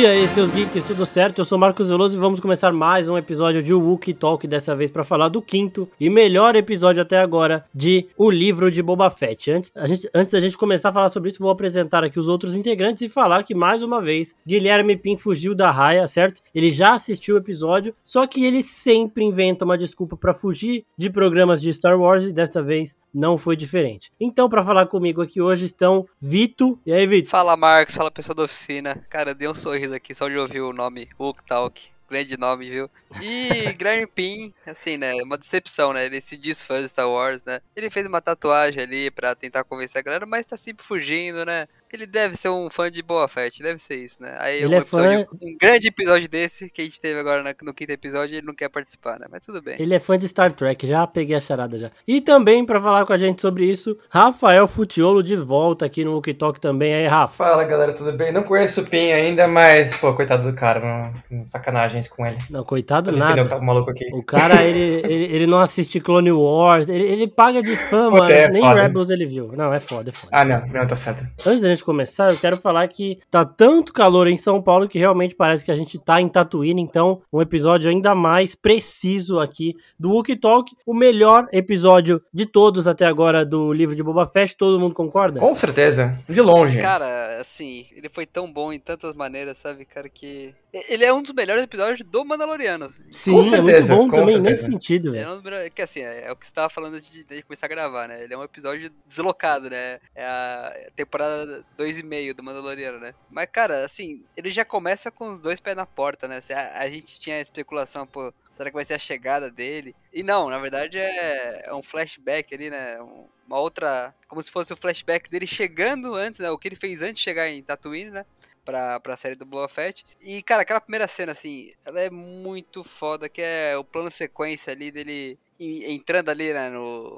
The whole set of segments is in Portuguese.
E aí, seus geeks, tudo certo? Eu sou Marcos Veloso e vamos começar mais um episódio de Wookiee Talk, dessa vez para falar do quinto e melhor episódio até agora de O Livro de Boba Fett. Antes da gente começar a falar sobre isso, vou apresentar aqui os outros integrantes e falar que, mais uma vez, Guilherme Pim fugiu da raia, certo? Ele já assistiu o episódio, só que ele sempre inventa uma desculpa para fugir de programas de Star Wars e desta vez não foi diferente. Então, para falar comigo aqui hoje estão Vito. E aí, Vito? Fala, Marcos. Fala, pessoal da oficina. Cara, dei um sorriso aqui só de ouvir o nome Wookiee Talk. Grande nome, viu? E Guilherme Pim, assim, né? Uma decepção, né? Ele se diz fã de Star Wars, né? Ele fez uma tatuagem ali pra tentar convencer a galera, mas tá sempre fugindo, né? Ele deve ser um fã de Boba Fett, deve ser isso, né? Aí Ele um grande episódio desse que a gente teve agora no quinto episódio, ele não quer participar, né? Mas tudo bem. Ele é fã de Star Trek, já peguei a charada já. E também, pra falar com a gente sobre isso, Rafael Futiolo de volta aqui no Wookiee Talk também. Aí, Rafa. Fala, galera, tudo bem? Não conheço o Pin ainda, mas, pô, coitado do cara, sacanagem com ele. Não, coitado Tô nada. O maluco aqui. O cara, ele não assiste Clone Wars, ele paga de fã, Pô, mano, nem foda. Rebels ele viu. Não, é foda. Ah, não, tá certo. Antes da gente começar, eu quero falar que tá tanto calor em São Paulo que realmente parece que a gente tá em Tatooine, então um episódio ainda mais preciso aqui do Wookiee Talk, o melhor episódio de todos até agora do livro de Boba Fett, todo mundo concorda? Com certeza, de longe. Cara, assim, ele foi tão bom em tantas maneiras, sabe, cara, que... Ele é um dos melhores episódios do Mandaloriano. Sim, certeza, é muito bom também certeza. nesse sentido, velho. Que assim, é o que você tava falando antes de começar a gravar, né? Ele é um episódio deslocado, né? É a temporada 2,5 do Mandaloriano, né? Mas, cara, assim, ele já começa com os dois pés na porta, né? A gente tinha a especulação, pô, será que vai ser a chegada dele? E não, na verdade é um flashback ali, né? Uma outra, como se fosse o flashback dele chegando antes, né? O que ele fez antes de chegar em Tatooine, né? Pra série do Boba Fett. E, cara, aquela primeira cena, assim, ela é muito foda, que é o plano sequência ali dele entrando ali, né,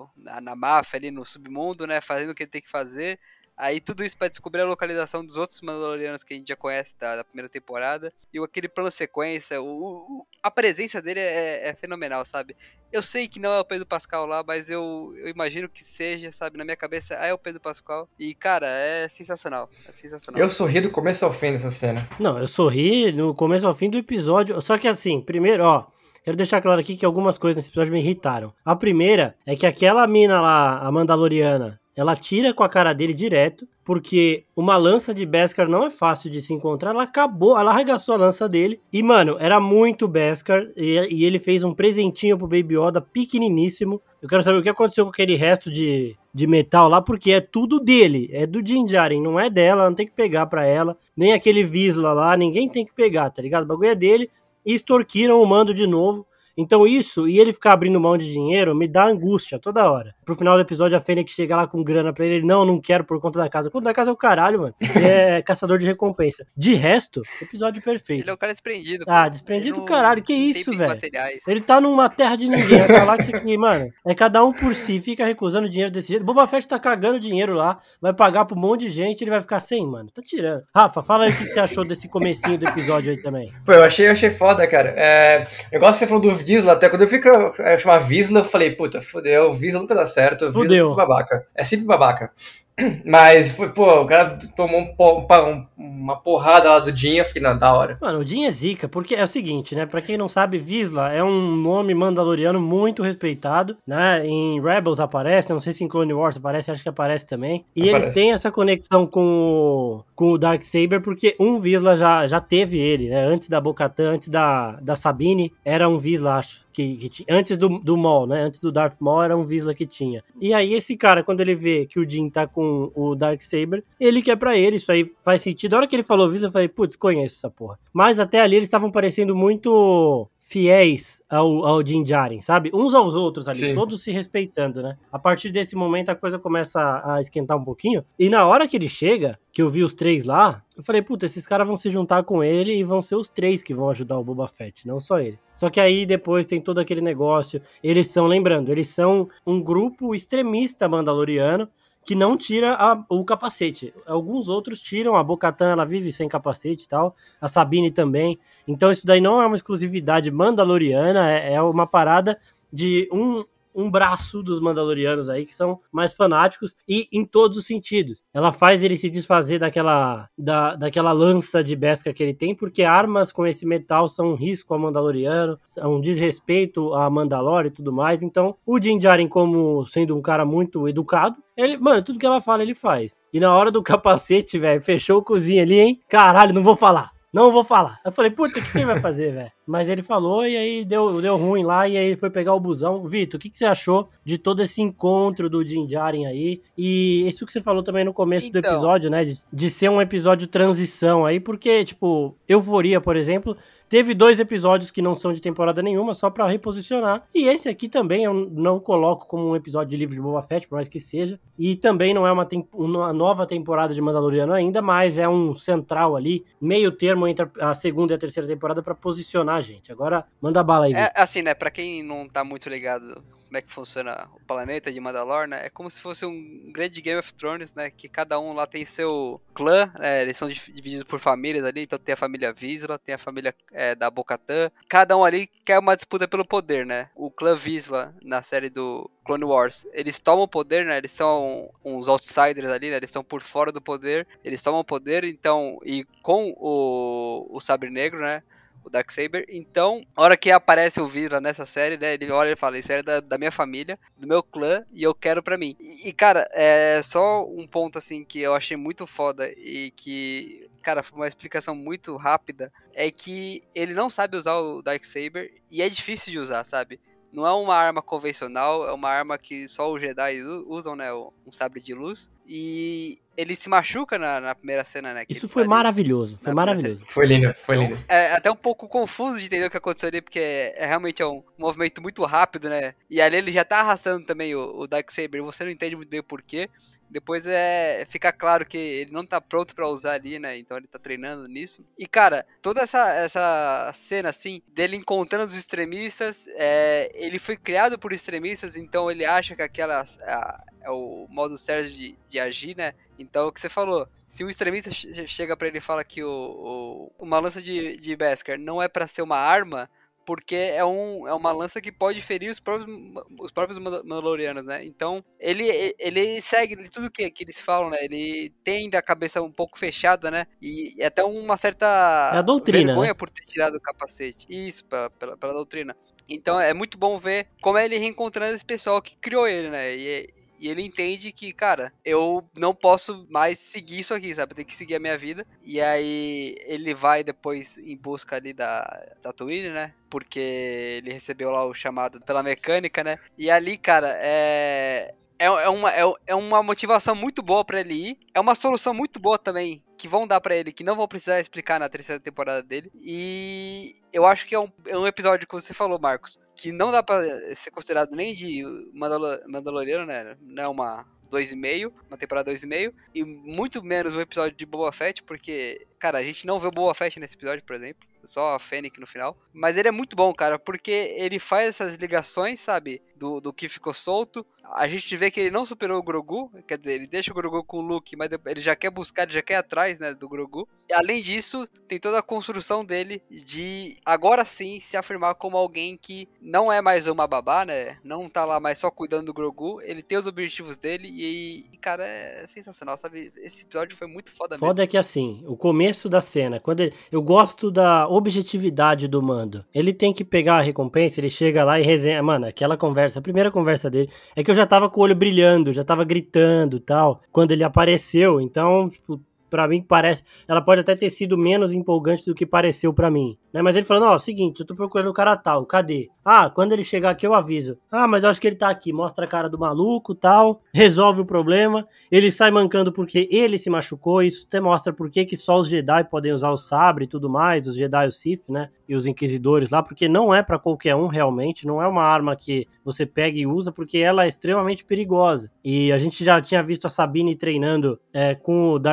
na máfia ali no submundo, né, fazendo o que ele tem que fazer. Aí tudo isso pra descobrir a localização dos outros Mandalorianos que a gente já conhece da primeira temporada. E aquele plano sequência, a presença dele é fenomenal, sabe? Eu sei que não é o Pedro Pascal lá, mas eu imagino que seja, sabe? Na minha cabeça é o Pedro Pascal. E, cara, é sensacional. É sensacional. Eu sorri do começo ao fim dessa cena. Não, eu sorri no começo ao fim do episódio, só que assim, primeiro, ó, quero deixar claro aqui que algumas coisas nesse episódio me irritaram. A primeira é que aquela mina lá, a Mandaloriana, ela tira com a cara dele direto, porque uma lança de Beskar não é fácil de se encontrar. Ela arregaçou a lança dele. E, mano, era muito Beskar. E ele fez um presentinho pro Baby Yoda, pequeniníssimo. Eu quero saber o que aconteceu com aquele resto de metal lá, porque é tudo dele. É do Din Djarin, não é dela, não tem que pegar pra ela. Nem aquele Vizsla lá, ninguém tem que pegar, tá ligado? O bagulho é dele. E extorquiram o mando de novo. Então isso, e ele ficar abrindo mão de dinheiro, me dá angústia toda hora. Pro final do episódio, a Fennec chega lá com grana pra ele, não quero por conta da casa. Por conta da casa é o caralho, mano. Você é caçador de recompensa. De resto, episódio perfeito. Ele é um cara desprendido. Ah, desprendido do caralho, que isso, velho? Materiais. Ele tá numa terra de ninguém, a galáxia que, mano, é cada um por si, fica recusando dinheiro desse jeito. Boba Fett tá cagando dinheiro lá, vai pagar pra um monte de gente, ele vai ficar sem, mano. Tá tirando. Rafa, fala aí o que você achou desse comecinho do episódio aí também. Pô, eu achei foda, cara. Eu gosto que você falou do Vizsla, até quando eu fico chamar Vizsla, eu falei, puta, fodeu, Vizsla nunca dá certo, Vizsla é sempre babaca. É sempre babaca. Mas, pô, o cara tomou uma porrada lá do Din, eu fiquei, não, da hora. Mano, o Din é zica, porque é o seguinte, né, pra quem não sabe, Vizsla é um nome mandaloriano muito respeitado, né, em Rebels aparece, não sei se em Clone Wars aparece, acho que aparece também, e eles têm essa conexão com o Darksaber, porque um Vizsla já teve ele, né, antes da Bo-Katan, antes da Sabine, era um Vizsla, acho, que antes do Maul, né, antes do Darth Maul era um Vizsla que tinha. E aí esse cara, quando ele vê que o Din tá com o Darksaber, ele quer pra ele, isso aí faz sentido. A hora que ele falou Vizsla, eu falei, putz, conheço essa porra. Mas até ali eles estavam parecendo muito fiéis ao Din Djarin, sabe? Uns aos outros ali, sim, todos se respeitando, né? A partir desse momento a coisa começa a esquentar um pouquinho, e na hora que ele chega, que eu vi os três lá, eu falei, puta, esses caras vão se juntar com ele e vão ser os três que vão ajudar o Boba Fett, não só ele. Só que aí depois tem todo aquele negócio, eles são um grupo extremista mandaloriano, que não tira o capacete. Alguns outros tiram, a Bo-Katan, ela vive sem capacete e tal, a Sabine também. Então isso daí não é uma exclusividade mandaloriana, é uma parada de um braço dos Mandalorianos aí, que são mais fanáticos, e em todos os sentidos. Ela faz ele se desfazer daquela lança de Beskar que ele tem, porque armas com esse metal são um risco ao Mandaloriano, é um desrespeito a Mandalore e tudo mais. Então, o Din Djarin, como sendo um cara muito educado, mano, tudo que ela fala, ele faz. E na hora do capacete, velho, fechou o cozinho ali, hein? Caralho, não vou falar. Eu falei, puta, o que ele vai fazer, velho? Mas ele falou e aí deu ruim lá e aí foi pegar o busão. Vitor, o que você achou de todo esse encontro do Din Djarin aí? E isso que você falou também no começo do episódio, né? De ser um episódio transição aí, porque, tipo, Euforia, por exemplo, teve 2 episódios que não são de temporada nenhuma, só pra reposicionar. E esse aqui também eu não coloco como um episódio de livro de Boba Fett, por mais que seja. E também não é uma nova temporada de Mandaloriano ainda, mas é um central ali, meio termo entre a segunda e a terceira temporada pra posicionar a gente. Agora, manda bala aí, Vitor. Assim, né, pra quem não tá muito ligado como é que funciona o planeta de Mandalore, né, é como se fosse um grande Game of Thrones, né, que cada um lá tem seu clã, né, eles são divididos por famílias ali, então tem a família Vizsla, tem a família da Bo-Katan, cada um ali quer uma disputa pelo poder, né, o clã Vizsla, na série do Clone Wars, eles tomam o poder, né, eles são uns outsiders ali, né, eles estão por fora do poder, eles tomam o poder, então, e com o Sabre Negro, né, o Darksaber, então, a hora que aparece o Vizsla nessa série, né, ele olha e fala, isso é da minha família, do meu clã, e eu quero pra mim. E cara, é só um ponto, assim, que eu achei muito foda, e que, cara, foi uma explicação muito rápida, é que ele não sabe usar o Darksaber, e é difícil de usar, sabe? Não é uma arma convencional, é uma arma que só os Jedi usam, né, um sabre de luz, e ele se machuca na primeira cena, né? Isso foi maravilhoso, foi maravilhoso. Foi lindo, foi lindo. É até um pouco confuso de entender o que aconteceu ali, porque realmente é um movimento muito rápido, né? E ali ele já tá arrastando também o Darksaber, você não entende muito bem o porquê. Depois fica claro que ele não tá pronto pra usar ali, né? Então ele tá treinando nisso. E, cara, toda essa cena, assim, dele encontrando os extremistas, ele foi criado por extremistas, então ele acha que aquela é o modo certo de agir, né? Então, o que você falou, se um extremista chega pra ele e fala que uma lança de Beskar não é pra ser uma arma, porque é uma lança que pode ferir os próprios Mandalorianos, né? Então, ele segue tudo que eles falam, né? Ele tem a cabeça um pouco fechada, né? E até uma certa doutrina, vergonha, né? por ter tirado o capacete. Isso, pela doutrina. Então, é muito bom ver como é ele reencontrando esse pessoal que criou ele, né? E ele entende que, cara, eu não posso mais seguir isso aqui, sabe? Eu tenho que seguir a minha vida. E aí ele vai depois em busca ali da Tatooine, né? Porque ele recebeu lá o chamado pela mecânica, né? E ali, cara, é uma motivação muito boa pra ele ir. É uma solução muito boa também que vão dar pra ele, que não vão precisar explicar na terceira temporada dele. E eu acho que é um episódio que você falou, Marcos, que não dá pra ser considerado nem de Mandaloriano, né? Não é uma 2,5, uma temporada 2,5, e muito menos um episódio de Boba Fett, porque, cara, a gente não vê o Boba Fett nesse episódio, por exemplo, só a Fennec no final, mas ele é muito bom, cara, porque ele faz essas ligações, sabe, do que ficou solto. A gente vê que ele não superou o Grogu, quer dizer, ele deixa o Grogu com o Luke, mas ele já quer buscar, ele já quer ir atrás, né, do Grogu. E, além disso, tem toda a construção dele de, agora sim, se afirmar como alguém que não é mais uma babá, né, não tá lá mais só cuidando do Grogu, ele tem os objetivos dele e cara, é sensacional, sabe? Esse episódio foi muito foda mesmo. Foda é que, assim, o começo da cena, eu gosto da objetividade do Mando. Ele tem que pegar a recompensa, ele chega lá e resenha. Mano, aquela conversa, a primeira conversa dele, é que eu já tava com o olho brilhando, já tava gritando e tal, quando ele apareceu. Então, tipo, pra mim parece, ela pode até ter sido menos empolgante do que pareceu pra mim, né? Mas ele falando, ó, seguinte, eu tô procurando o cara tal, cadê? Ah, quando ele chegar aqui eu aviso. Ah, mas eu acho que ele tá aqui, mostra a cara do maluco, tal, resolve o problema, ele sai mancando porque ele se machucou, isso até mostra por que só os Jedi podem usar o sabre e tudo mais, os Jedi e os Sith, né? E os Inquisidores lá, porque não é pra qualquer um realmente, não é uma arma que você pega e usa, porque ela é extremamente perigosa. E a gente já tinha visto a Sabine treinando com o Darksaber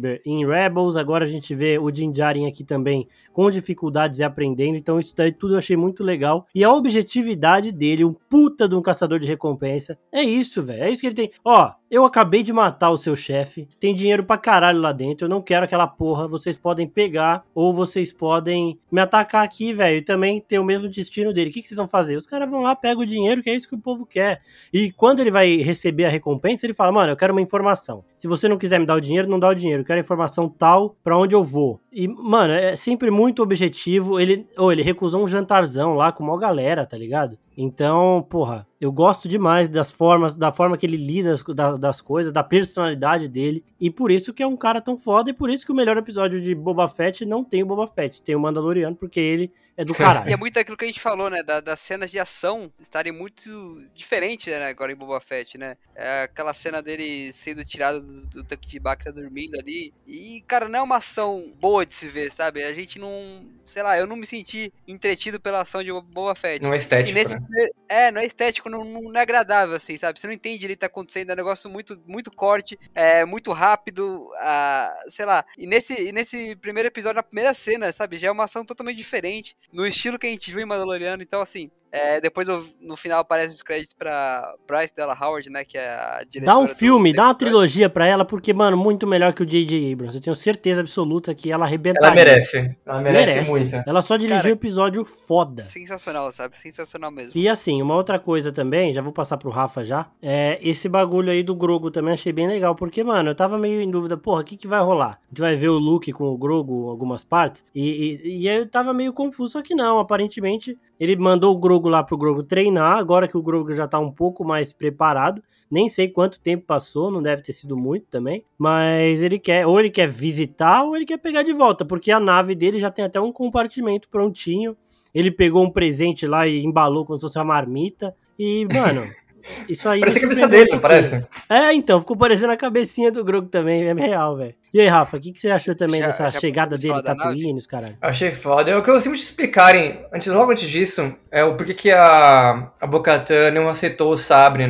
Saber em Rebels, agora a gente vê o Din Djarin aqui também com dificuldades e aprendendo, então isso daí tudo eu achei muito legal. E a objetividade dele, um puta de um caçador de recompensa, é isso, velho, é isso que ele tem. Ó, eu acabei de matar o seu chefe, tem dinheiro pra caralho lá dentro, eu não quero aquela porra, vocês podem pegar ou vocês podem me atacar aqui, velho, e também ter o mesmo destino dele. O que vocês vão fazer? Os caras vão lá, pegam o dinheiro, que é isso que o povo quer. E quando ele vai receber a recompensa, ele fala, mano, eu quero uma informação. Se você não quiser me dar o dinheiro, não dá o dinheiro. Eu quero a informação tal pra onde eu vou. E, mano, é sempre muito objetivo. Ele recusou um jantarzão lá com uma galera, tá ligado? Então, porra, eu gosto demais da forma que ele lida das coisas, da personalidade dele, e por isso que é um cara tão foda, e por isso que o melhor episódio de Boba Fett não tem o Boba Fett, tem o Mandaloriano, porque ele é do caralho. E é muito aquilo que a gente falou, né, das cenas de ação estarem muito diferentes, né, agora em Boba Fett, né, aquela cena dele sendo tirado do tanque de Bacta dormindo ali, e, cara, não é uma ação boa de se ver, sabe, a gente não, sei lá, eu não me senti entretido pela ação de Boba Fett. Não é estético, né? Não é estético, não é agradável, assim, sabe? Você não entende direito o que tá acontecendo, é um negócio muito, muito corte, muito rápido, sei lá. E nesse primeiro episódio, na primeira cena, sabe? Já é uma ação totalmente diferente, no estilo que a gente viu em Mandaloriano, então, assim... depois no final aparecem os créditos pra Bryce Dallas Howard, né, que é a diretora. Dá um filme, dá uma trilogia pra ela, porque, mano, muito melhor que o J.J. Abrams. Eu tenho certeza absoluta que ela arrebentaria. Ela merece muito. Ela só dirigiu um episódio foda. Sensacional, sabe? Sensacional mesmo. E assim, uma outra coisa também, já vou passar pro Rafa já, esse bagulho aí do Grogu também achei bem legal, porque, mano, eu tava meio em dúvida, porra, o que vai rolar? A gente vai ver o Luke com o Grogu em algumas partes, e eu tava meio confuso, só que não, aparentemente... Ele mandou o Grogu lá pro Grogu treinar, agora que o Grogu já tá um pouco mais preparado. Nem sei quanto tempo passou, não deve ter sido muito também. Mas ele quer visitar ou ele quer pegar de volta, porque a nave dele já tem até um compartimento prontinho. Ele pegou um presente lá e embalou como se fosse uma marmita. E, mano... Isso aí parece a cabeça dele, não parece? Então, ficou parecendo a cabecinha do Grogu também, é real, velho. E aí, Rafa, o que você achou também dessa chegada dele em Tatooine, os caralho? Achei foda. É o que eu sempre te explicarem, logo antes disso, é o porquê que a Bo-Katan não aceitou o sabre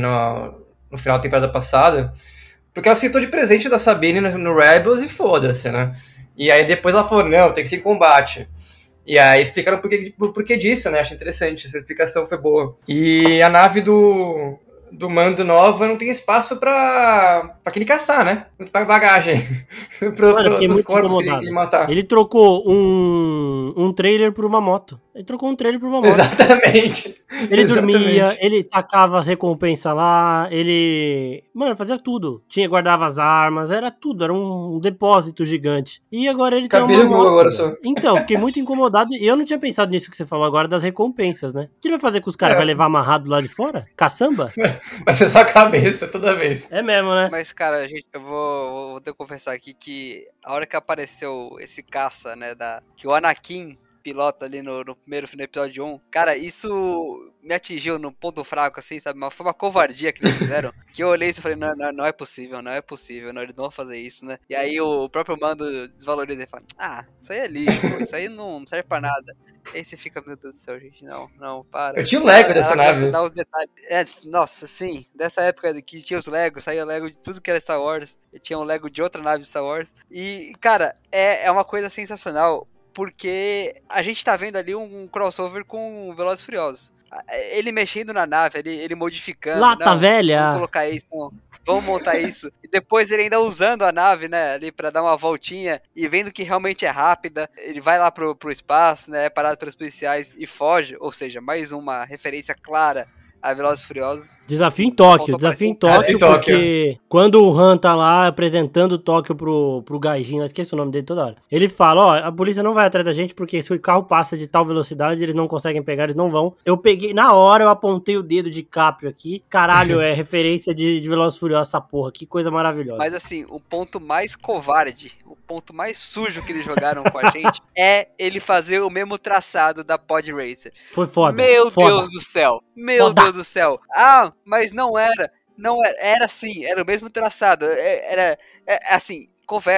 no final da temporada passada, porque ela aceitou de presente da Sabine no Rebels e foda-se, né? E aí depois ela falou, não, tem que ser em combate. E aí explicaram o porquê disso, né? Achei interessante, essa explicação foi boa. E a nave do Mando nova não tem espaço pra aquele caçar, né? Muito pra bagagem. Pros corpos que ele matar. Ele trocou um trailer por uma moto. Exatamente. Ele dormia, ele tacava as recompensas lá, ele... Mano, fazia tudo. Guardava as armas, era tudo, era um depósito gigante. E agora ele tem uma moto. Agora só. Então, fiquei muito incomodado e eu não tinha pensado nisso que você falou agora das recompensas, né? O que ele vai fazer com os caras? Vai levar amarrado lá de fora? Caçamba? Vai ser só a cabeça toda vez. É mesmo, né? Mas, cara, eu vou ter que confessar aqui que a hora que apareceu esse caça, né, que o Anakin pilota ali no episódio 1, cara, isso me atingiu num ponto fraco, assim, sabe? Foi uma covardia que eles fizeram, que eu olhei e falei, não é possível, eles não vão fazer isso, né? E aí o próprio Mando desvaloriza e fala, isso aí é lixo, pô, isso aí não serve pra nada. E aí você fica, meu Deus do céu, gente, não, para. Eu tinha um Lego dessa nave. Dar os detalhes. Nossa, sim, dessa época que tinha os Legos, saía Lego de tudo que era Star Wars, eu tinha um Lego de outra nave de Star Wars, e, cara, é uma coisa sensacional, porque a gente tá vendo ali um crossover com Velozes e Furiosos. Ele mexendo na nave, ele modificando. Lata velha! Vamos colocar isso, vamos montar isso. E depois ele ainda usando a nave, né, ali pra dar uma voltinha e vendo que realmente é rápida. Ele vai lá pro espaço, né, é parado pelos policiais e foge. Ou seja, mais uma referência clara a Velozes e Furiosos. Desafio em Tóquio, porque quando o Han tá lá apresentando Tóquio pro Gaijin, eu esqueci o nome dele toda hora, ele fala, a polícia não vai atrás da gente porque se o carro passa de tal velocidade, eles não conseguem pegar, eles não vão. Eu peguei, na hora eu apontei o dedo de Caprio aqui, caralho, é referência de Velozes e Furiosos essa porra, que coisa maravilhosa. Mas assim, o ponto mais covarde, o ponto mais sujo que eles jogaram com a gente é ele fazer o mesmo traçado da Pod Racer. Foi foda. Meu Deus do céu. Meu Deus do céu. Mas não era. Não era sim, era o mesmo traçado. Era assim, confesso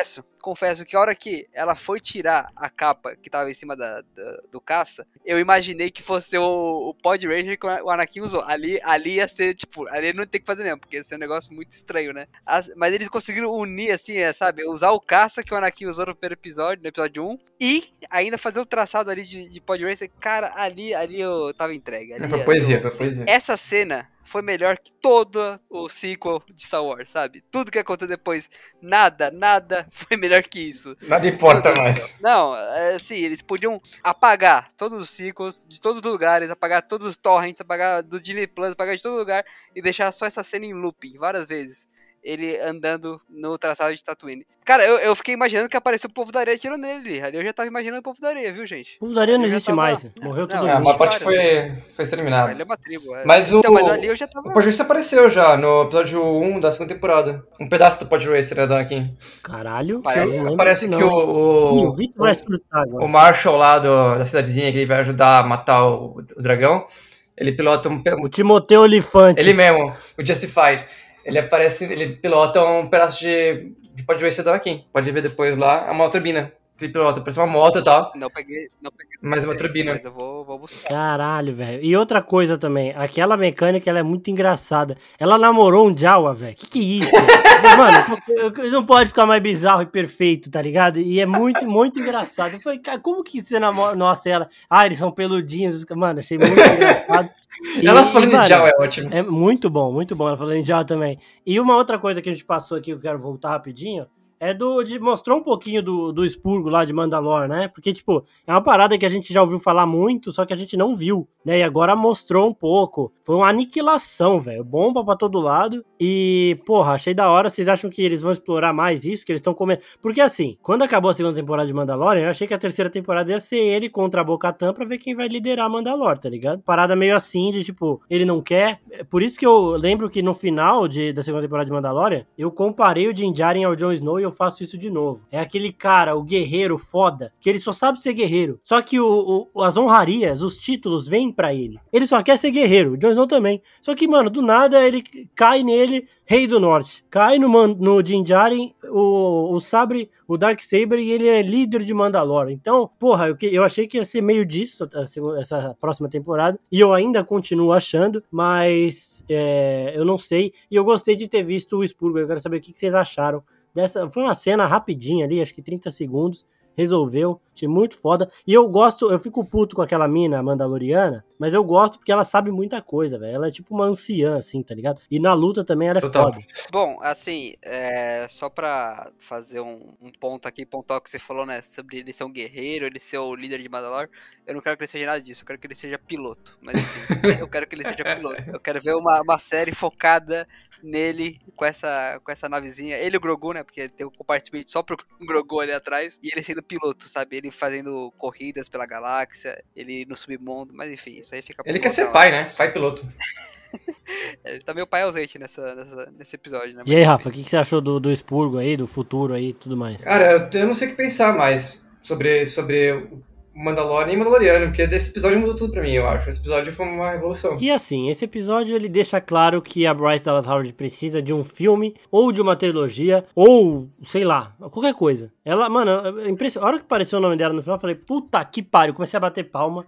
confesso que a hora que ela foi tirar a capa que tava em cima do caça, eu imaginei que fosse o Pod Ranger que o Anakin usou. Ali ia ser, tipo, ali não tem que fazer mesmo, porque ia ser um negócio muito estranho, né? Mas eles conseguiram unir, assim, sabe? Usar o caça que o Anakin usou no primeiro episódio, no episódio 1, e ainda fazer o traçado ali de Pod Racer. Cara, ali eu tava entregue. Foi poesia. Essa cena foi melhor que todo o sequel de Star Wars, sabe? Tudo que aconteceu depois, nada foi melhor que isso. Nada importa mais. Não, assim, eles podiam apagar todos os sequels de todos os lugares, apagar todos os torrents, apagar do Disney Plus, apagar de todo lugar e deixar só essa cena em looping várias vezes. Ele andando no traçado de Tatooine. Cara, eu fiquei imaginando que apareceu o povo da areia tirando nele ali. Eu já tava imaginando o povo da areia, viu, gente? O povo da areia não existe mais. Morreu tudo. Uma parte foi exterminada. Ele é uma tribo. Mas mas ali eu já tava... O Pod Racer apareceu já no episódio 1 da segunda temporada. Um pedaço do Pod Racer, né, Dona Kim? Caralho. Parece que o Vitor vai surtar agora. O Marshall lá da cidadezinha que ele vai ajudar a matar o dragão, ele pilota o Timoteu Olifante. Ele mesmo, o Justified. Ele pilota um pedaço de Pod Racer do Anakin. Pode ver depois lá, é uma turbina. Ele pilota, parece uma moto e tal. Não peguei mas uma turbina. Mas eu vou buscar. Caralho, velho. E outra coisa também, aquela mecânica, ela é muito engraçada. Ela namorou um Jawa, velho. Que é isso? Mano, não pode ficar mais bizarro e perfeito, tá ligado? E é muito, muito engraçado. Eu falei, cara, como que você namora? Nossa, ela... eles são peludinhos. Mano, achei muito engraçado. Ela falando em Jawa é ótimo. É muito bom ela falando em Jawa também. E uma outra coisa que a gente passou aqui, que eu quero voltar rapidinho, mostrou um pouquinho do expurgo lá de Mandalore, né? Porque, tipo, é uma parada que a gente já ouviu falar muito, só que a gente não viu, né? E agora mostrou um pouco. Foi uma aniquilação, velho. Bomba pra todo lado. E, porra, achei da hora. Vocês acham que eles vão explorar mais isso? Que eles estão comendo... Porque, assim, quando acabou a segunda temporada de Mandalorian, eu achei que a terceira temporada ia ser ele contra a Bo-Katan pra ver quem vai liderar Mandalore, tá ligado? Parada meio assim, de, tipo, ele não quer. Por isso que eu lembro que no final da segunda temporada de Mandalorian, eu comparei o Din Djarin ao Jon Snow e eu faço isso de novo. É aquele cara, o guerreiro foda, que ele só sabe ser guerreiro. Só que as honrarias, os títulos vêm pra ele. Ele só quer ser guerreiro, o Jon Snow também. Só que, mano, do nada ele cai nele, Rei do Norte. Cai no Din Djarin, o sabre, o Darksaber, e ele é líder de Mandalore. Então, porra, eu achei que ia ser meio disso essa próxima temporada, e eu ainda continuo achando, mas eu não sei. E eu gostei de ter visto o expurgo. Eu quero saber o que vocês acharam. Foi uma cena rapidinha ali, acho que 30 segundos, resolveu, achei muito foda. E eu fico puto com aquela mina mandaloriana, mas eu gosto porque ela sabe muita coisa, velho. Ela é tipo uma anciã, assim, tá ligado? E na luta também ela é foda. Bom, assim, só pra fazer um ponto aqui, pontuar o que você falou, né, sobre ele ser um guerreiro, ele ser o líder de Mandalore, eu não quero que ele seja nada disso, eu quero que ele seja piloto. Mas enfim, eu quero que ele seja piloto. Eu quero ver uma série focada nele, com essa navezinha. Ele e o Grogu, né, porque tem um compartimento só pro Grogu ali atrás, e ele sendo piloto, sabe? Ele fazendo corridas pela galáxia, ele no submundo, mas enfim, isso aí fica... Ele quer ser pai, né? Pai piloto. Ele tá meio pai ausente nesse episódio, né? E aí, Rafa, o que você achou do expurgo aí, do futuro aí e tudo mais? Cara, eu não sei o que pensar mais sobre Mandalorian e Mandaloriano, porque desse episódio mudou tudo pra mim, eu acho. Esse episódio foi uma revolução. E assim, esse episódio ele deixa claro que a Bryce Dallas Howard precisa de um filme, ou de uma trilogia, ou, sei lá, qualquer coisa. Ela, mano, a hora que apareceu o nome dela no final, eu falei, puta que pariu, comecei a bater palma.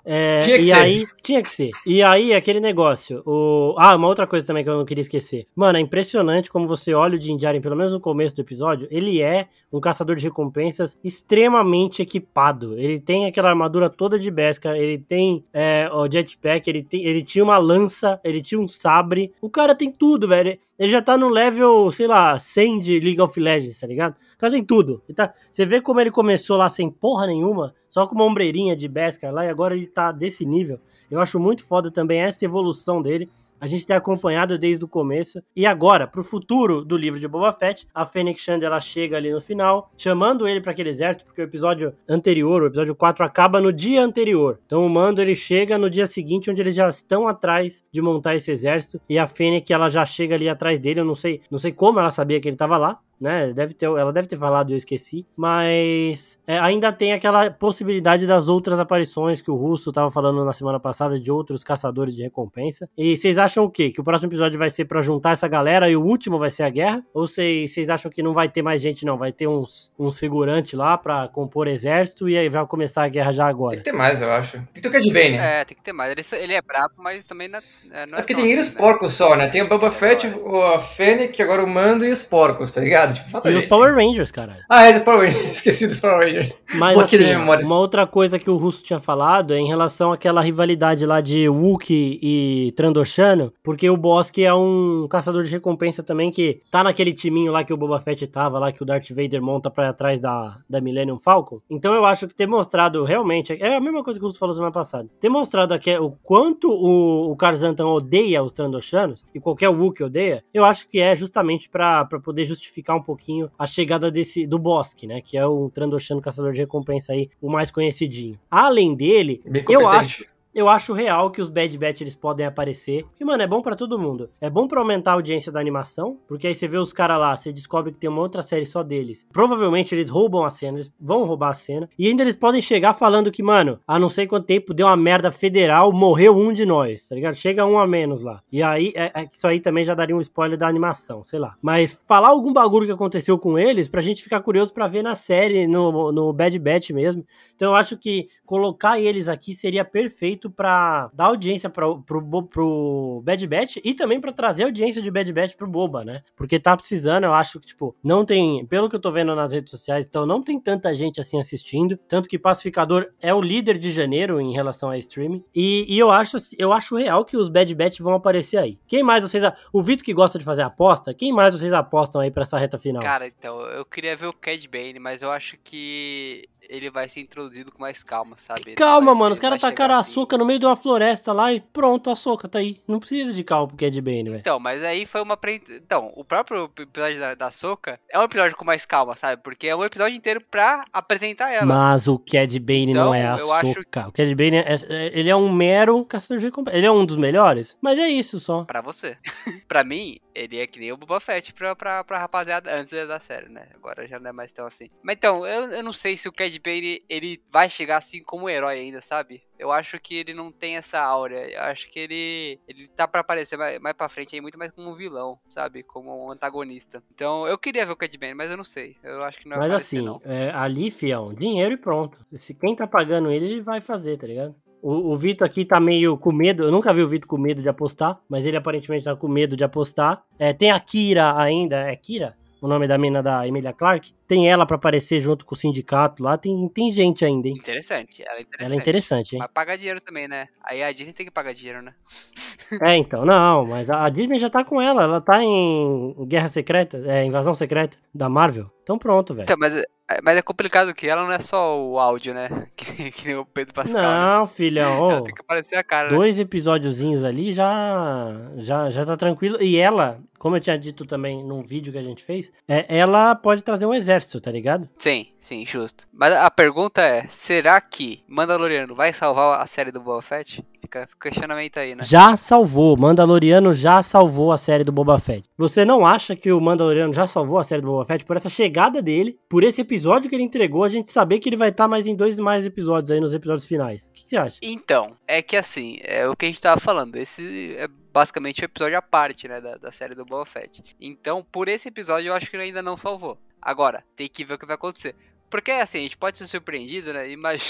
Tinha que ser. E aí, aquele negócio, uma outra coisa também que eu não queria esquecer. Mano, é impressionante como você olha o Din Djarin, pelo menos no começo do episódio, ele é um caçador de recompensas extremamente equipado. Ele tem aquela armadura toda de Beskar, ele tem o jetpack, ele tinha uma lança, ele tinha um sabre. O cara tem tudo, velho. Ele já tá no level, sei lá, 100 de League of Legends, tá ligado? O cara tem tudo. Você vê como ele começou lá sem porra nenhuma, só com uma ombreirinha de Beskar lá, e agora ele tá desse nível. Eu acho muito foda também essa evolução dele. A gente tem acompanhado desde o começo. E agora, pro futuro do livro de Boba Fett, a Fennec Shand, ela chega ali no final, chamando ele para aquele exército, porque o episódio anterior, o episódio 4, acaba no dia anterior. Então o Mando, ele chega no dia seguinte, onde eles já estão atrás de montar esse exército, e a Fennec, ela já chega ali atrás dele. Eu não sei como ela sabia que ele tava lá, né? Ela deve ter falado e eu esqueci, mas ainda tem aquela possibilidade das outras aparições que o Russo tava falando na semana passada de outros caçadores de recompensa. E vocês acham o quê? Que o próximo episódio vai ser pra juntar essa galera e o último vai ser a guerra? Ou vocês acham que não vai ter mais gente, não? Vai ter uns figurantes lá pra compor exército e aí vai começar a guerra já agora? Tem que ter mais, eu acho. Tem que ter o Cad Bane. Tem que ter mais. Ele é brabo, mas também não é porque tem eles porcos só, né? Tem o Boba Fett, a Fennec, agora o Mando e os porcos, tá ligado? Tipo, e os Power Rangers, caralho. Os Power Rangers. Esqueci dos Power Rangers. Mas assim, uma outra coisa que o Russo tinha falado é em relação àquela rivalidade lá de Wookiee e Trandoshano, porque o Bossk é um caçador de recompensa também que tá naquele timinho lá que o Boba Fett tava lá, que o Darth Vader monta pra ir atrás da Millennium Falcon. Então eu acho que ter mostrado realmente, é a mesma coisa que o Russo falou semana passada, ter mostrado aqui o quanto o Karzantan odeia os Trandoshanos, e qualquer Wookiee odeia, eu acho que é justamente pra poder justificar um pouquinho a chegada do Bossk, né, que é o Trandoshano caçador de recompensa aí, o mais conhecidinho. Além dele, eu acho real que os Bad Batch eles podem aparecer. Porque, mano, é bom pra todo mundo. É bom pra aumentar a audiência da animação. Porque aí você vê os caras lá, você descobre que tem uma outra série só deles. Provavelmente eles roubam a cena, eles vão roubar a cena. E ainda eles podem chegar falando que, mano, há não sei quanto tempo deu uma merda federal, morreu um de nós, tá ligado? Chega um a menos lá. E aí, isso aí também já daria um spoiler da animação, sei lá. Mas falar algum bagulho que aconteceu com eles, pra gente ficar curioso pra ver na série, no Bad Batch mesmo. Então eu acho que colocar eles aqui seria perfeito pra dar audiência pro Bad Batch e também pra trazer audiência de Bad Batch pro Boba, né? Porque tá precisando, eu acho que, tipo, não tem, pelo que eu tô vendo nas redes sociais, então não tem tanta gente assim assistindo, tanto que Pacificador é o líder de janeiro em relação a streaming, e eu acho real que os Bad Batch vão aparecer aí. Quem mais vocês, o Vitor que gosta de fazer aposta, quem mais vocês apostam aí pra essa reta final? Cara, então, eu queria ver o Cad Bane, mas eu acho que ele vai ser introduzido com mais calma, sabe? Calma, mano, os caras tacaram a Ahsoka no meio de uma floresta lá e pronto, a Ahsoka tá aí. Não precisa de calma pro Cad Bane, velho. Então, mas aí foi uma... Então, o próprio episódio da Ahsoka é um episódio com mais calma, sabe? Porque é um episódio inteiro pra apresentar ela. Mas o Cad Bane então, não é a Ahsoka. O Cad Bane, ele é um mero caçador de recompensa. Ele é um dos melhores, mas é isso só. Pra você. Pra mim, ele é que nem o Boba Fett pra rapaziada antes da série, né? Agora já não é mais tão assim. Mas então, eu não sei se o Cad Bane, ele vai chegar assim como herói ainda, sabe? Eu acho que ele não tem essa áurea. Eu acho que ele tá pra aparecer mais pra frente aí, muito mais como um vilão, sabe? Como um antagonista. Então, eu queria ver o Cad Bane, mas eu não sei. Eu acho que não vai aparecer, não. Mas assim, ali, fião, dinheiro e pronto. Se quem tá pagando ele vai fazer, tá ligado? O Vitor aqui tá meio com medo. Eu nunca vi o Vitor com medo de apostar, mas ele aparentemente tá com medo de apostar. Tem a Kira ainda. É Kira? O nome da mina da Emilia Clarke? Tem ela pra aparecer junto com o sindicato lá. Tem gente ainda, hein? Interessante. Ela é interessante, hein? Mas paga dinheiro também, né? Aí a Disney tem que pagar dinheiro, né? Então, não. Mas a Disney já tá com ela. Ela tá em Guerra Secreta, Invasão Secreta da Marvel. Então pronto, velho. Então, mas é complicado que ela não é só o áudio, né? Que nem o Pedro Pascal. Não, né? filhão. Ela tem que aparecer a cara. 2 episódiozinhos ali já tá tranquilo. E ela, como eu tinha dito também num vídeo que a gente fez, ela pode trazer um exército, tá ligado? Sim, justo. Mas a pergunta é, será que Mandaloriano vai salvar a série do Boba Fett? Fica o questionamento aí, né? Já salvou. Mandaloriano já salvou a série do Boba Fett. Você não acha que o Mandaloriano já salvou a série do Boba Fett por essa chegada dele, por esse episódio que ele entregou, a gente saber que ele vai estar mais em 2 mais episódios aí nos episódios finais? O que você acha? Então, é que assim, é o que a gente tava falando. Esse é basicamente um episódio à parte, né, da série do Boba Fett. Então, por esse episódio, eu acho que ele ainda não salvou. Agora, tem que ver o que vai acontecer. Porque, assim, a gente pode ser surpreendido, né?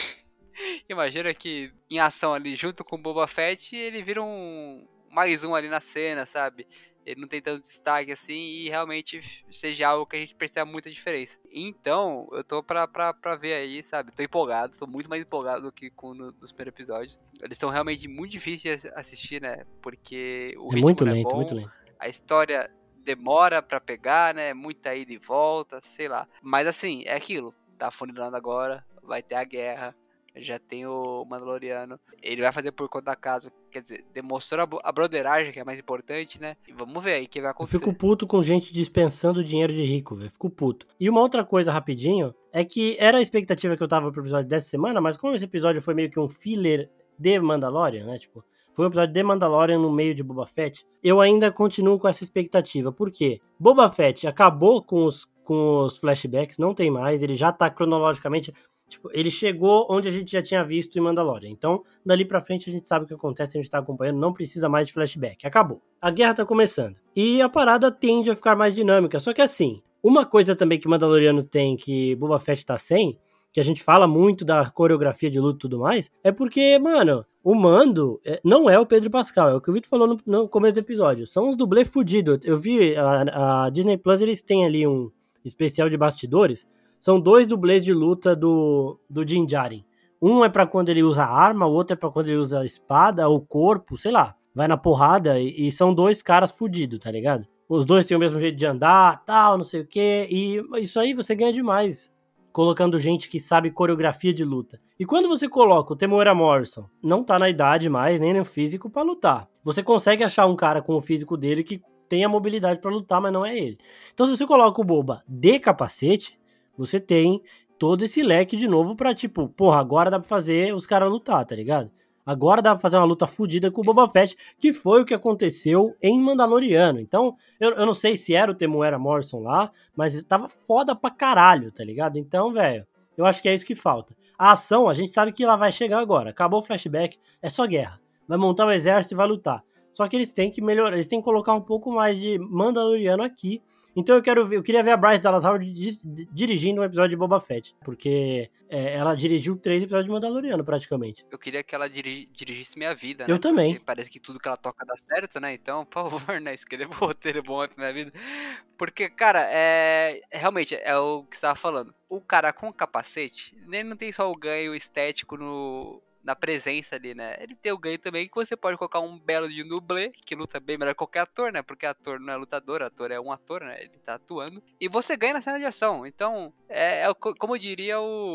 Imagina que em ação ali, junto com o Boba Fett, ele vira mais um ali na cena, sabe? Ele não tem tanto destaque assim e realmente seja algo que a gente perceba muita diferença. Então, eu tô pra ver aí, sabe? Tô empolgado, tô muito mais empolgado do que nos primeiros episódios. Eles são realmente muito difíceis de assistir, né? Porque o ritmo muito não é lento, bom, muito lento. A história demora pra pegar, né? Muita ida e volta, sei lá. Mas assim, é aquilo. Tá funilando agora, vai ter a guerra. Já tem o Mandaloriano. Ele vai fazer por conta da casa. Quer dizer, demonstrou a broderagem, que é mais importante, né? E vamos ver aí o que vai acontecer. Eu fico puto com gente dispensando dinheiro de rico, velho. Fico puto. E uma outra coisa, rapidinho, é que era a expectativa que eu tava pro episódio dessa semana, mas como esse episódio foi meio que um filler de Mandalorian, né? Tipo, foi um episódio de Mandalorian no meio de Boba Fett, eu ainda continuo com essa expectativa. Por quê? Boba Fett acabou com os com os flashbacks, não tem mais, ele já tá cronologicamente... Tipo, ele chegou onde a gente já tinha visto em Mandalorian. Então, dali pra frente a gente sabe o que acontece, a gente tá acompanhando, não precisa mais de flashback. Acabou. A guerra tá começando. E a parada tende a ficar mais dinâmica. Só que assim, uma coisa também que Mandaloriano tem que Boba Fett tá sem, que a gente fala muito da coreografia de luta e tudo mais, é porque, mano, o Mando não é o Pedro Pascal, é o que o Vitor falou no começo do episódio. São uns dublês fudidos. Eu vi a Disney Plus, eles têm ali um especial de bastidores. São 2 dublês de luta do Din Djarin. Um é pra quando ele usa arma, o outro é pra quando ele usa espada ou corpo, sei lá. Vai na porrada e são 2 caras fudidos, tá ligado? Os 2 têm o mesmo jeito de andar, tal, não sei o quê. E isso aí você ganha demais colocando gente que sabe coreografia de luta. E quando você coloca o Temuera Morrison, não tá na idade mais, nem no físico pra lutar. Você consegue achar um cara com o físico dele que tem a mobilidade pra lutar, mas não é ele. Então se você coloca o Boba de capacete, você tem todo esse leque de novo pra, tipo, porra, agora dá pra fazer os caras lutar, tá ligado? Agora dá pra fazer uma luta fodida com o Boba Fett, que foi o que aconteceu em Mandaloriano. Então, eu não sei se era o Temuera Morrison lá, mas tava foda pra caralho, tá ligado? Então, velho, eu acho que é isso que falta. A ação, a gente sabe que ela vai chegar agora. Acabou o flashback, é só guerra. Vai montar um exército e vai lutar. Só que eles têm que melhorar, eles têm que colocar um pouco mais de Mandaloriano aqui. Então eu queria ver a Bryce Dallas Howard dirigindo um episódio de Boba Fett, porque ela dirigiu 3 episódios de Mandaloriano, praticamente. Eu queria que ela dirigisse minha vida, né? Eu também. Porque parece que tudo que ela toca dá certo, né? Então, por favor, né? Escreva um roteiro bom pra minha vida. Porque, cara, realmente, é o que você tava falando. O cara com capacete, ele não tem só o ganho estético na presença ali, né? Ele tem o ganho também que você pode colocar um belo de dublê, que luta bem melhor que qualquer ator, né? Porque ator não é lutador, ator é um ator, né? Ele tá atuando. E você ganha na cena de ação. Então, como diria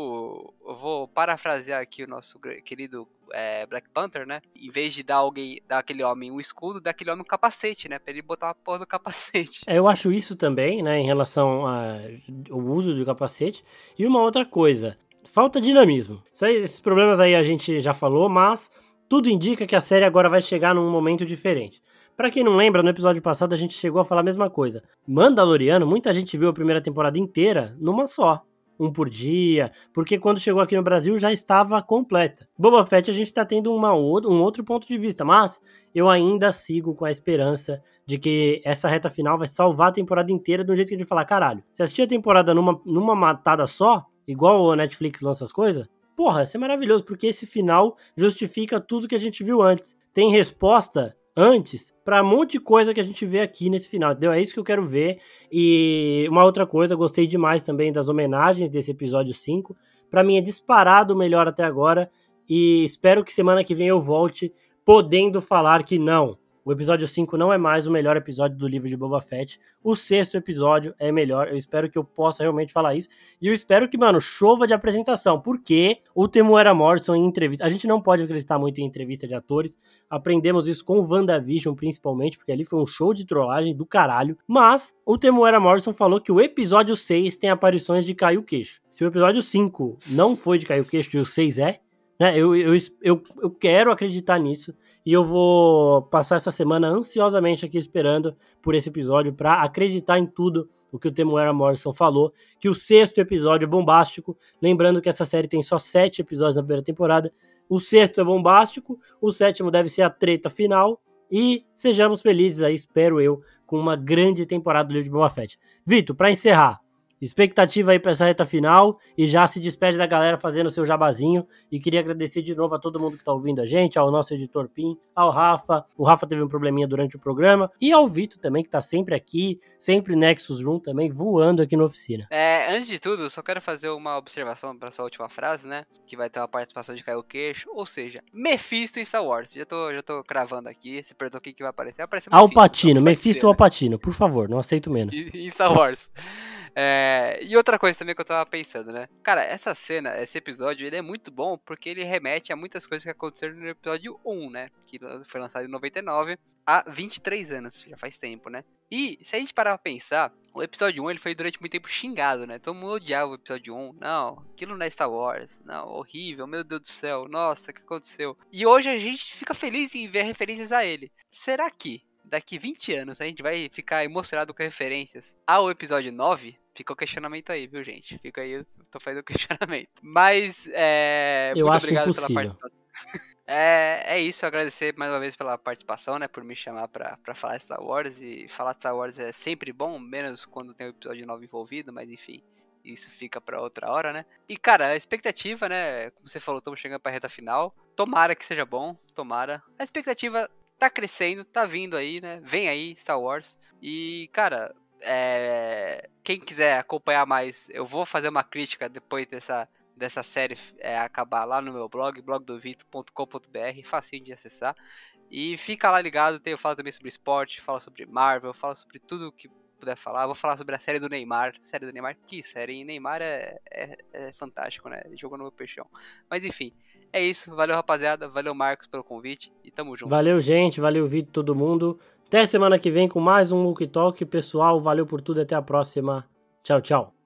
eu vou parafrasear aqui o nosso querido Black Panther, né? Em vez de dar aquele homem um escudo, dá aquele homem um capacete, né? Pra ele botar a porra do capacete. Eu acho isso também, né? Em relação ao uso do capacete. E uma outra coisa... Falta dinamismo. Esses problemas aí a gente já falou, mas tudo indica que a série agora vai chegar num momento diferente. Pra quem não lembra, no episódio passado a gente chegou a falar a mesma coisa. Mandaloriano, muita gente viu a primeira temporada inteira numa só. Um por dia, porque quando chegou aqui no Brasil já estava completa. Boba Fett a gente tá tendo um outro ponto de vista, mas eu ainda sigo com a esperança de que essa reta final vai salvar a temporada inteira de um jeito que a gente falar, caralho, se assistir a temporada numa matada só, igual o Netflix lança as coisas, porra, isso é maravilhoso, porque esse final justifica tudo que a gente viu antes. Tem resposta antes pra um monte de coisa que a gente vê aqui nesse final, entendeu? É isso que eu quero ver. E uma outra coisa, gostei demais também das homenagens desse episódio 5. Pra mim é disparado o melhor até agora e espero que semana que vem eu volte podendo falar que não. O episódio 5 não é mais o melhor episódio do livro de Boba Fett. O 6º episódio é melhor. Eu espero que eu possa realmente falar isso. E eu espero que, mano, chova de apresentação. Porque o Temuera Morrison em entrevista... A gente não pode acreditar muito em entrevista de atores. Aprendemos isso com o WandaVision, principalmente. Porque ali foi um show de trollagem do caralho. Mas o Temuera Morrison falou que o episódio 6 tem aparições de cair o queixo. Se o episódio 5 não foi de cair o queixo e o 6 é... Né, eu quero acreditar nisso. E eu vou passar essa semana ansiosamente aqui esperando por esse episódio para acreditar em tudo o que o Temuera Morrison falou, que o 6º episódio é bombástico, lembrando que essa série tem só 7 episódios na primeira temporada, o 6º é bombástico, o 7º deve ser a treta final, e sejamos felizes aí, espero eu, com uma grande temporada do livro de Boba Fett. Vitor, para encerrar, expectativa aí pra essa reta final e já se despede da galera fazendo o seu jabazinho e queria agradecer de novo a todo mundo que tá ouvindo a gente, ao nosso editor Pim, ao Rafa, o Rafa teve um probleminha durante o programa e ao Vitor também que tá sempre aqui, sempre Nexus Room também voando aqui na oficina. Antes de tudo, só quero fazer uma observação pra sua última frase, né, que vai ter uma participação de Caio Queixo, ou seja, Mephisto em Star Wars, já tô cravando aqui, se perguntou quem que vai aparecer, vai aparecer Mephisto. Alpatino, então Mephisto ou Alpatino, por favor, não aceito menos. Em Star Wars. E outra coisa também que eu tava pensando, né? Cara, essa cena, esse episódio, ele é muito bom porque ele remete a muitas coisas que aconteceram no episódio 1, né? Que foi lançado em 99, há 23 anos, já faz tempo, né? E, se a gente parar pra pensar, o episódio 1, ele foi durante muito tempo xingado, né? Todo mundo odiava o episódio 1. Não, aquilo não é Star Wars. Não, horrível, meu Deus do céu. Nossa, o que aconteceu? E hoje a gente fica feliz em ver referências a ele. Será que daqui 20 anos a gente vai ficar emocionado com referências ao episódio 9? Fica o questionamento aí, viu, gente? Fica aí, eu tô fazendo o questionamento. Mas, eu muito acho obrigado impossível. pela participação. É isso, agradecer mais uma vez pela participação, né? Por me chamar pra falar de Star Wars. E falar de Star Wars é sempre bom, menos quando tem um episódio novo envolvido, mas enfim. Isso fica pra outra hora, né? E, cara, a expectativa, né? Como você falou, estamos chegando pra reta final. Tomara que seja bom, tomara. A expectativa tá crescendo, tá vindo aí, né? Vem aí, Star Wars. E, cara, quem quiser acompanhar mais, eu vou fazer uma crítica depois dessa série acabar lá no meu blog, blogdovito.com.br, facinho de acessar. E fica lá ligado, eu falo também sobre esporte, falo sobre Marvel, falo sobre tudo que puder falar. Vou falar sobre a série do Neymar. Que série, hein? Neymar é fantástico, né? Ele jogou no meu peixão. Mas enfim, é isso. Valeu, rapaziada. Valeu, Marcos, pelo convite. E tamo junto. Valeu, gente. Valeu, Vitor, todo mundo. Até semana que vem com mais um Wookie Talk. Pessoal, valeu por tudo. Até a próxima. Tchau, tchau.